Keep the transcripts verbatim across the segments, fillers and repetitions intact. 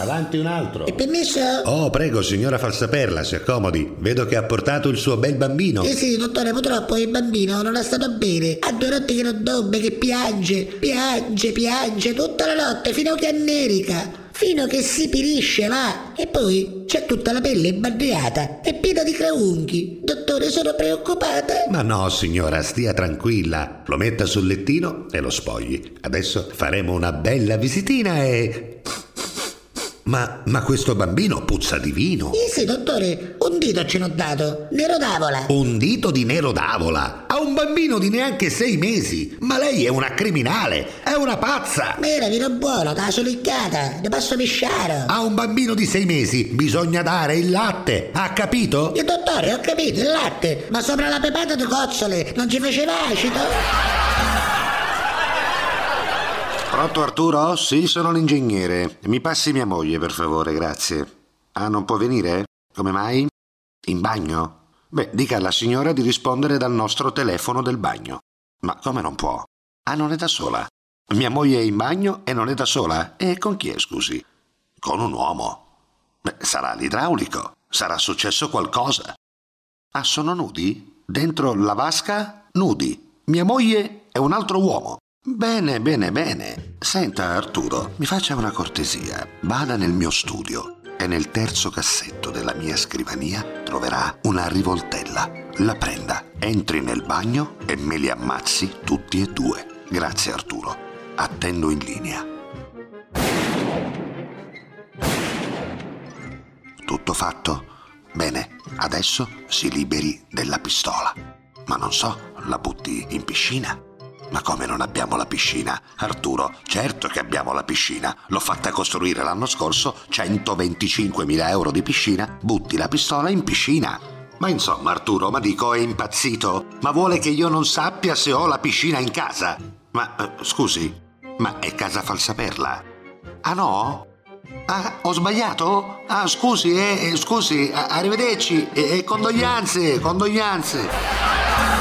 Avanti un altro. È permesso? Oh, prego, signora Falsaperla, si accomodi. Vedo che ha portato il suo bel bambino. Eh sì, dottore, purtroppo il bambino non è stato bene. Ha due notti che non dorme, che piange, piange, piange tutta la notte fino che annerica. Fino che si pirisce, va. E poi c'è tutta la pelle imbarriata e piena di graunghi. Dottore, sono preoccupata. Ma no, signora, stia tranquilla. Lo metta sul lettino e lo spogli. Adesso faremo una bella visitina e... Ma, ma questo bambino puzza di vino. Eh sì, dottore, un dito ce l'ho dato, nero d'avola. Un dito di nero d'avola? A un bambino di neanche sei mesi? Ma lei è una criminale, è una pazza. Ma era vino buono, da solicchiata, ne passo pisciare. A un bambino di sei mesi bisogna dare il latte, ha capito? E dottore, ho capito, il latte, ma sopra la pepata di cozzole non ci faceva acido? Pronto Arturo? Sì, sono l'ingegnere. Mi passi mia moglie, per favore, grazie. Ah, non può venire? Come mai? In bagno? Beh, dica alla signora di rispondere dal nostro telefono del bagno. Ma come non può? Ah, non è da sola. Mia moglie è in bagno e non è da sola? E con chi è, scusi? Con un uomo. Beh, sarà l'idraulico. Sarà successo qualcosa. Ah, sono nudi? Dentro la vasca? Nudi. Mia moglie è un altro uomo. Bene, bene, bene. Senta, Arturo, mi faccia una cortesia. Vada nel mio studio e nel terzo cassetto della mia scrivania troverà una rivoltella. La prenda, entri nel bagno e me li ammazzi tutti e due. Grazie, Arturo. Attendo in linea. Tutto fatto? Bene, adesso si liberi della pistola. Ma non so, la butti in piscina? Ma come non abbiamo la piscina? Arturo, certo che abbiamo la piscina. L'ho fatta costruire l'anno scorso, centoventicinquemila euro di piscina. Butti la pistola in piscina. Ma insomma, Arturo, ma dico, è impazzito? Ma vuole che io non sappia se ho la piscina in casa? Ma, eh, scusi, ma è casa Falsaperla? Ah no? Ah, ho sbagliato? Ah, scusi, eh, eh scusi, a- arrivederci, e eh, condoglianze, condoglianze.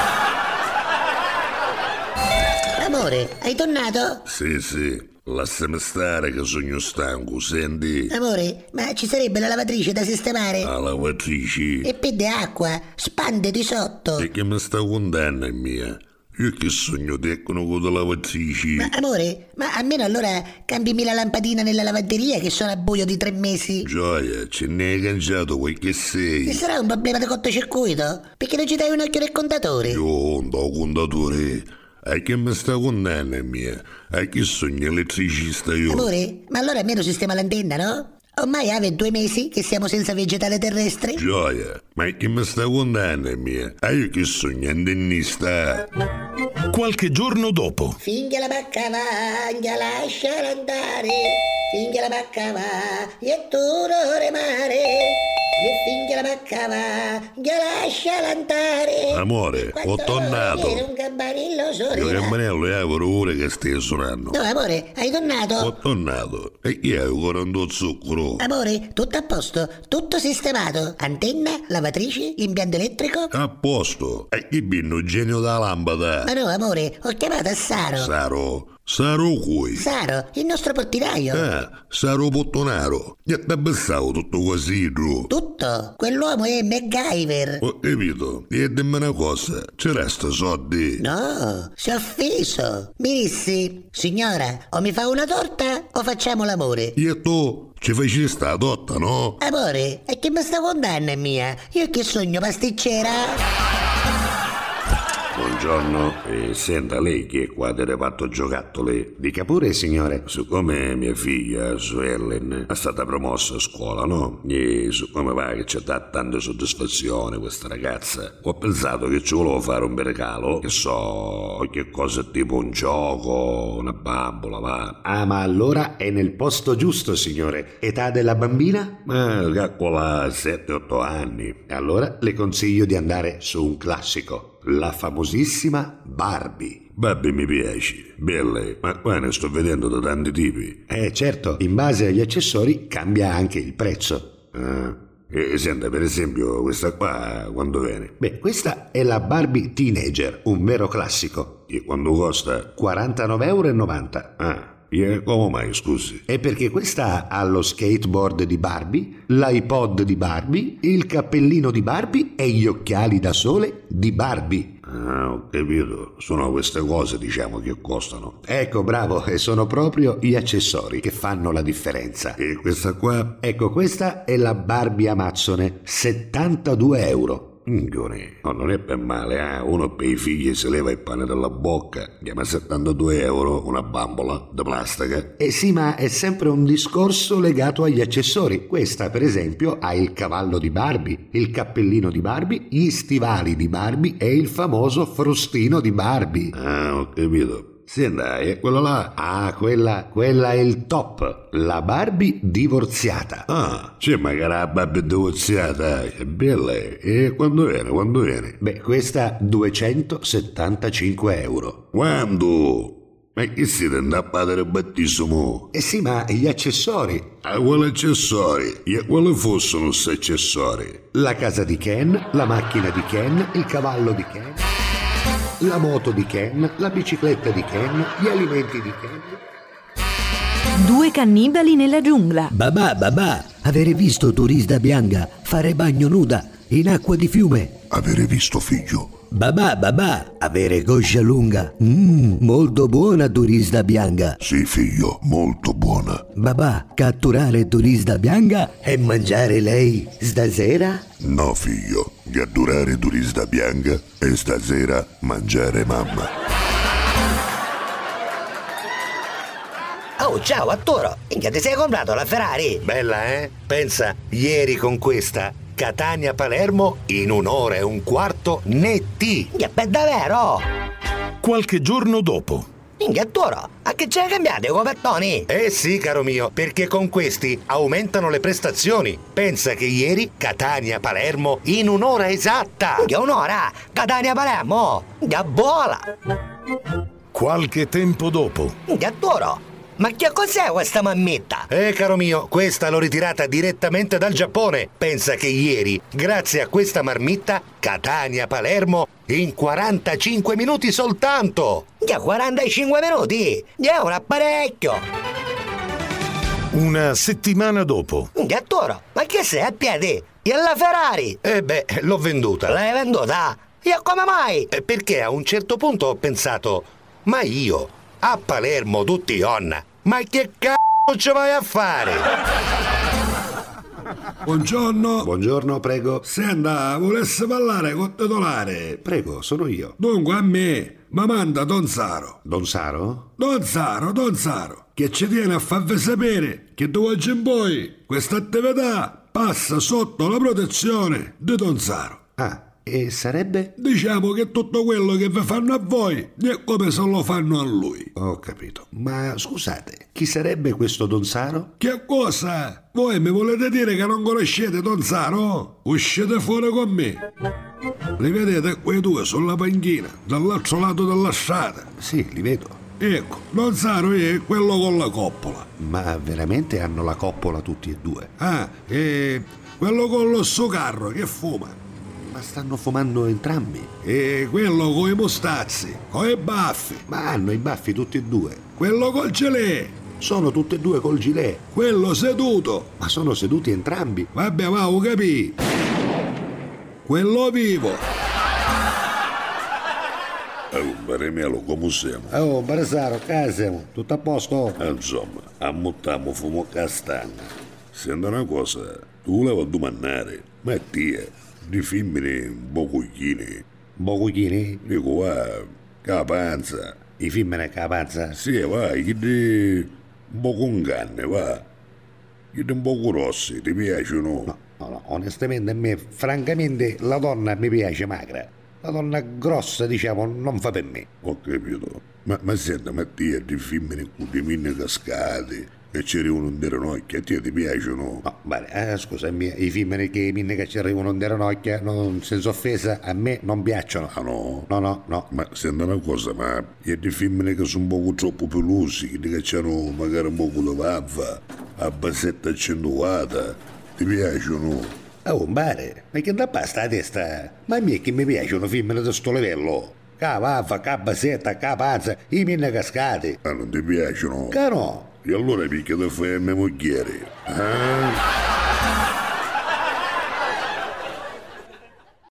Amore, hai tornato? Sì, sì, lasciami stare che sogno stanco, senti? Amore, ma ci sarebbe la lavatrice da sistemare? La lavatrice? E pede acqua, spande di sotto. E che mi sta contando mia? Io che sogno tecnico di lavatrice? Ma amore, ma almeno allora cambimi la lampadina nella lavanderia che sono a buio di tre mesi. Gioia, ce ne hai cangiato quel che sei. Ci sarà un problema di cortocircuito? Perché non ci dai un occhio del contatore? Io non do contatore. E che mi sta contando mia? E che sogno elettricista io? Amore, ma allora almeno sistema l'antenna, no? Ormai ave due mesi che siamo senza vegetale terrestre. Gioia, ma che mi sta contando mia? E io che sogno antennista? Qualche giorno dopo. Finché la bacca va, lasciala andare. Finché la bacca va, e tu non remare. E finché la bacca va, lasciala andare. Amore, Quando ho tornato. era un campanello Il suonerà. campanello è ore che stai suonando. No, amore, hai tornato? Ho tornato. E chi è ancora un zucchero? Amore, tutto a posto, tutto sistemato. Antenna, lavatrice, impianto elettrico. A posto. E chi binno genio da lampada? Ma no, amore, ho chiamato a Saro. Saro. Saro qui. Saro, il nostro portinaio. Ah, Saro Pottonaro. Gli ha pensato tutto così, tu. Tutto. Quell'uomo è MacGyver. Ho capito. E dimmi una cosa. Ci resta soldi? No, si è offeso. Mi dissi, signora, o mi fa una torta o facciamo l'amore. E tu ci fai sta torta, no? Amore, e che mi sta contando mia? Io che sogno pasticcera? Buongiorno, e senta lei che è qua del reparto giocattoli. Dica pure, signore. Siccome mia figlia, su Ellen, è stata promossa a scuola, no? E siccome va che ci dà tanta soddisfazione questa ragazza, ho pensato che ci volevo fare un bel regalo, che so, che cosa tipo un gioco, una bambola, va. Ah, ma allora è nel posto giusto, signore. Età della bambina? Ma calcola sette otto anni. Allora le consiglio di andare su un classico. La famosissima Barbie. Barbie mi piace, belle, ma qua ne sto vedendo da tanti tipi. Eh certo, in base agli accessori cambia anche il prezzo. Ah, e senta, per esempio, questa qua quando viene? Beh, questa è la Barbie Teenager, un vero classico. E quando costa? quarantanove e novanta euro. Ah, E come mai, scusi? È perché questa ha lo skateboard di Barbie, l'iPod di Barbie, il cappellino di Barbie e gli occhiali da sole di Barbie. Ah, ho capito. Sono queste cose, diciamo, che costano. Ecco, bravo, e sono proprio gli accessori che fanno la differenza. E questa qua? Ecco, questa è la Barbie Amazzone, settantadue euro. Minchione, no, non è per male, eh? Uno per i figli si leva il pane dalla bocca, chiama settantadue euro una bambola di plastica. Eh sì, ma è sempre un discorso legato agli accessori. Questa, per esempio, ha il cavallo di Barbie, il cappellino di Barbie, gli stivali di Barbie e il famoso frustino di Barbie. Ah, ho capito. Sì, dai, è quello là. Ah, quella, quella è il top, la Barbie divorziata. Ah, c'è magari la Barbie divorziata, è bella. E quando viene, quando viene? Beh, questa duecentosettantacinque euro. Quando? Ma che siete andati a padre battesimo? Eh sì, ma gli accessori? Ah, quali accessori? E quali fossero questi accessori? La casa di Ken, la macchina di Ken, il cavallo di Ken, la moto di Ken, la bicicletta di Ken, gli alimenti di Ken. Due cannibali nella giungla. Babà, babà, avere visto Turista Bianca fare bagno nuda in acqua di fiume? Avere visto, figlio? Babà, babà, avere coscia lunga. Mmm, molto buona Turista Bianca. Sì, figlio, molto buona. Babà, catturare Turista Bianca e mangiare lei stasera? No, figlio, catturare Turista Bianca e stasera mangiare mamma. Oh, ciao, Arturo! Minchia, ti sei comprato la Ferrari? Bella, eh? Pensa, ieri con questa Catania-Palermo in un'ora e un quarto netti. Minchia, per davvero? Qualche giorno dopo. Minchia, Arturo, a che ce ne cambiate i copertoni? Eh sì, caro mio, perché con questi aumentano le prestazioni. Pensa che ieri Catania-Palermo in un'ora esatta. Minchia, un'ora? Catania-Palermo? Minchia, vola! Qualche tempo dopo. Minchia, Arturo! Ma che cos'è questa mammetta? Eh, caro mio, questa l'ho ritirata direttamente dal Giappone. Pensa che ieri, grazie a questa marmitta, Catania-Palermo in quarantacinque minuti soltanto. Minchia, quarantacinque minuti? È un apparecchio! Una settimana dopo. Minchia, Arturo, ma che sei a piedi? E alla Ferrari? Eh beh, l'ho venduta. L'hai venduta? E come mai? Eh, Perché a un certo punto ho pensato, ma io, a Palermo tutti onna, ma che c***o ci vai a fare? Buongiorno. Buongiorno, prego. Senta, volesse parlare con titolare? Prego, sono io. Dunque a me, ma manda Don Saro. Don Saro? Don Saro, Don Saro, che ci tiene a farvi sapere che da oggi in poi questa attività passa sotto la protezione di Don Saro. Ah, e sarebbe? Diciamo che tutto quello che vi fanno a voi è come se lo fanno a lui. Ho capito. Ma scusate, chi sarebbe questo Don Saro? Che cosa? Voi mi volete dire che non conoscete Don Saro? Uscite fuori con me. Li vedete quei due sulla panchina, dall'altro lato della strada? Sì, li vedo. Ecco, Don Saro è quello con la coppola. Ma veramente hanno la coppola tutti e due? Ah, e quello con lo suo carro che fuma. Ma stanno fumando entrambi? E quello coi mostazzi, coi baffi. Ma hanno i baffi tutti e due? Quello col gelè. Sono tutti e due col gilet. Quello seduto. Ma sono seduti entrambi. Vabbè, va, ho capito. Quello vivo. Oh, Baremelo, come siamo? Oh, Baresaro, che siamo? Tutto a posto? Insomma, ammuttiamo fumo castagna. Senta una cosa, tu volevo domandare, ma te, di femmine bocuglini? Bocuglini? Dico, va, capanza. I femmine capanza? Sì, va, che di boconganne, va. Che di bocu rossi, ti piacciono? No, no, no, onestamente a me, francamente, la donna mi piace magra. La donna grossa, diciamo, non fa per me. Ho capito. Ma, ma senta, ma te, di femmine con le mine cascate, che ci arrivano in ranocchia, a te ti piacciono? No, vale, eh, scusami, i film che minne che ci arrivano in ranocchia, non, senza offesa, a me non piacciono. Ah no? No, no, no. Ma senta una cosa, ma è di femmine che sono un po' troppo pelosi, che hanno magari un po' di vaffa, a basetta accentuata, ti piacciono? Oh, bare, ma che da basta la testa? Ma a me che mi piacciono femmine di sto livello? Cavaffa, cabasetta, capazza, i minne cascati. Ah, non ti piacciono? Che no? E allora perché ti fai a mia moglie? Ah?